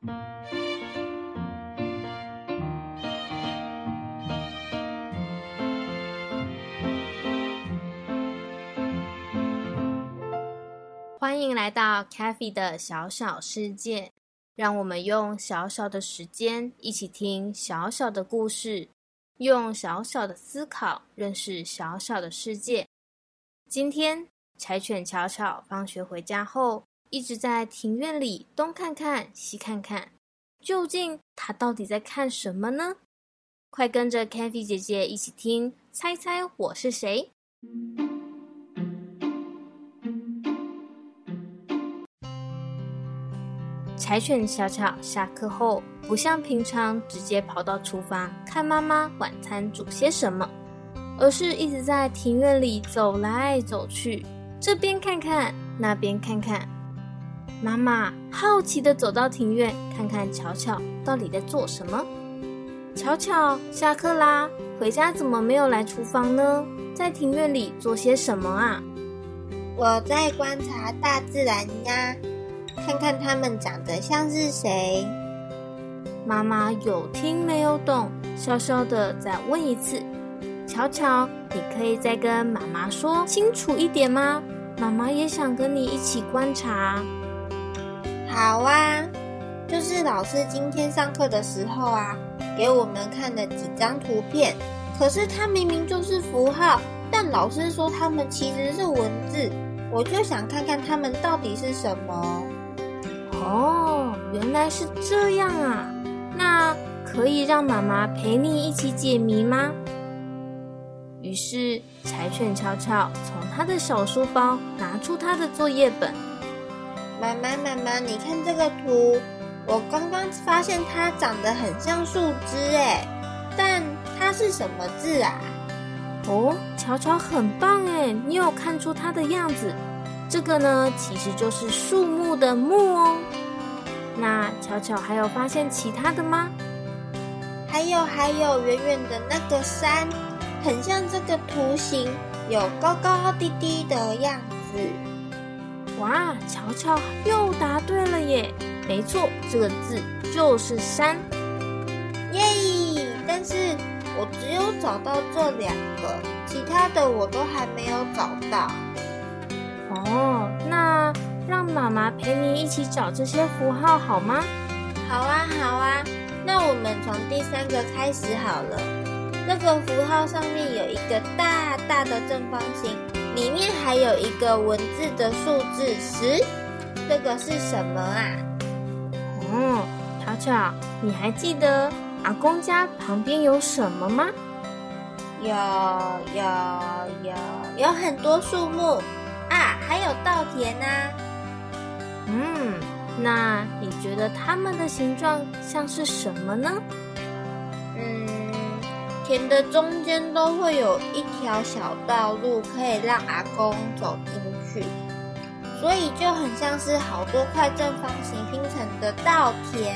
欢迎来到 Kathy 的小小世界，让我们用小小的时间一起听小小的故事，用小小的思考认识小小的世界。今天柴犬巧巧放学回家后，一直在庭院里东看看西看看，究竟它到底在看什么呢？快跟着 Kathy 姐姐一起听，猜猜我是谁？柴犬巧巧下课后，不像平常直接跑到厨房看妈妈晚餐煮些什么，而是一直在庭院里走来走去，这边看看，那边看看。妈妈好奇地走到庭院，看看巧巧到底在做什么。巧巧，下课啦，回家怎么没有来厨房呢？在庭院里做些什么啊？ 我在观察大自然呀，看看它们长得像是谁。 妈妈有听没有懂，笑笑的再问一次。巧巧，你可以再跟妈妈说清楚一点吗？妈妈也想跟你一起观察。 好啊，就是老师今天上课的时候啊，给我们看了几张图片，可是它明明就是符号，但老师说它们其实是文字，我就想看看它们到底是什么。 哦，原来是这样啊，那可以让妈妈陪你一起解谜吗？于是柴犬巧巧从他的小书包拿出他的作业本。 妈妈，你看这个图，我刚刚发现它长得很像树枝耶，但它是什么字啊？ 哦，巧巧很棒耶，你有看出它的样子。这个呢，其实就是树木的木哦。那巧巧还有发现其他的吗？ 还有，远远的那个山，很像这个图形，有高高低低的样子。 哇，巧巧又答对了耶！没错，这个字就是山。 耶！但是我只有找到这两个，其他的我都还没有找到。 哦，那让妈妈陪你一起找这些符号好吗？ 好啊，那我们从第3个开始好了。这个符号上面有一个大大的正方形，里面还有一个文字的数字10，这个是什么啊？ 哦，巧巧，你还记得阿公家旁边有什么吗？ 有很多树木啊，还有稻田啊。 那你觉得它们的形状像是什么呢？ 田的中间都会有一条小道路，可以让阿公走进去，所以就很像是好多块正方形拼成的稻田。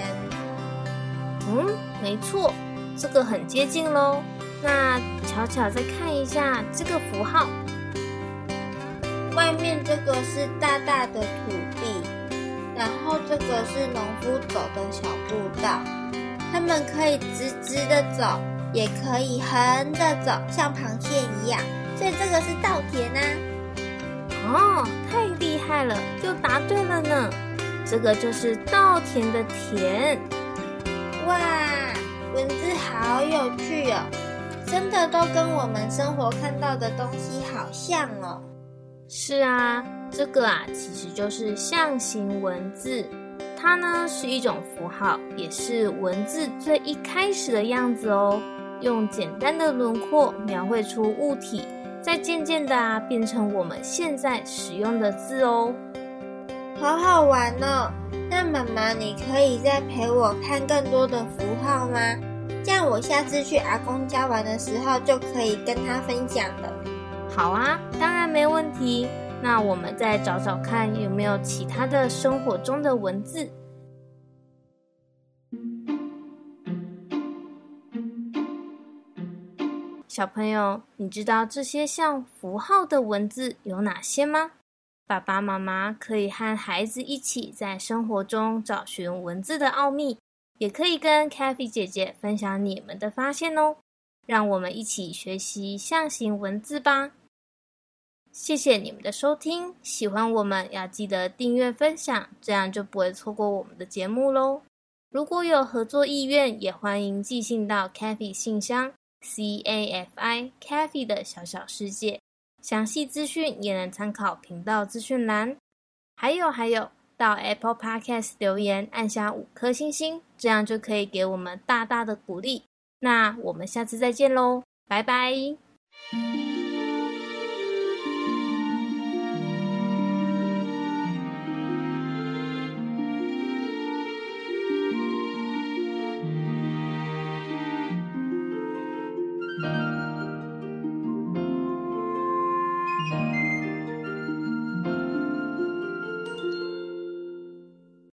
没错，这个很接近咯。那巧巧再看一下这个符号， 外面这个是大大的土地，然后这个是农夫走的小步道，他们可以直直的走，也可以横着走，像螃蟹一样，所以这个是稻田啊。 哦，太厉害了，又答对了呢。这个就是稻田的田。 哇，文字好有趣哦，真的都跟我们生活看到的东西好像哦。 是啊，这个其实就是象形文字，它呢是一种符号，也是文字最一开始的样子哦。用简单的轮廓描绘出物体，再渐渐的变成我们现在使用的字哦。 好好玩哦！那妈妈，你可以再陪我看更多的符号吗？这样我下次去阿公家玩的时候就可以跟他分享了。 好啊，当然没问题。那我们再找找看有没有其他的生活中的文字。小朋友，你知道这些像符号的文字有哪些吗？ 爸爸妈妈可以和孩子一起在生活中找寻文字的奥秘，也可以跟 Cathy 姐姐分享你们的发现哦。让我们一起学习象形文字吧。谢谢你们的收听，喜欢我们要记得订阅分享，这样就不会错过我们的节目咯。如果有合作意愿，也欢迎寄信到 Cathy 信箱 CAFI Cathy 的小小世界，详细资讯也能参考频道资讯栏。还有，到 Apple Podcast 留言按下5颗星星，这样就可以给我们大大的鼓励。那我们下次再见咯，拜拜。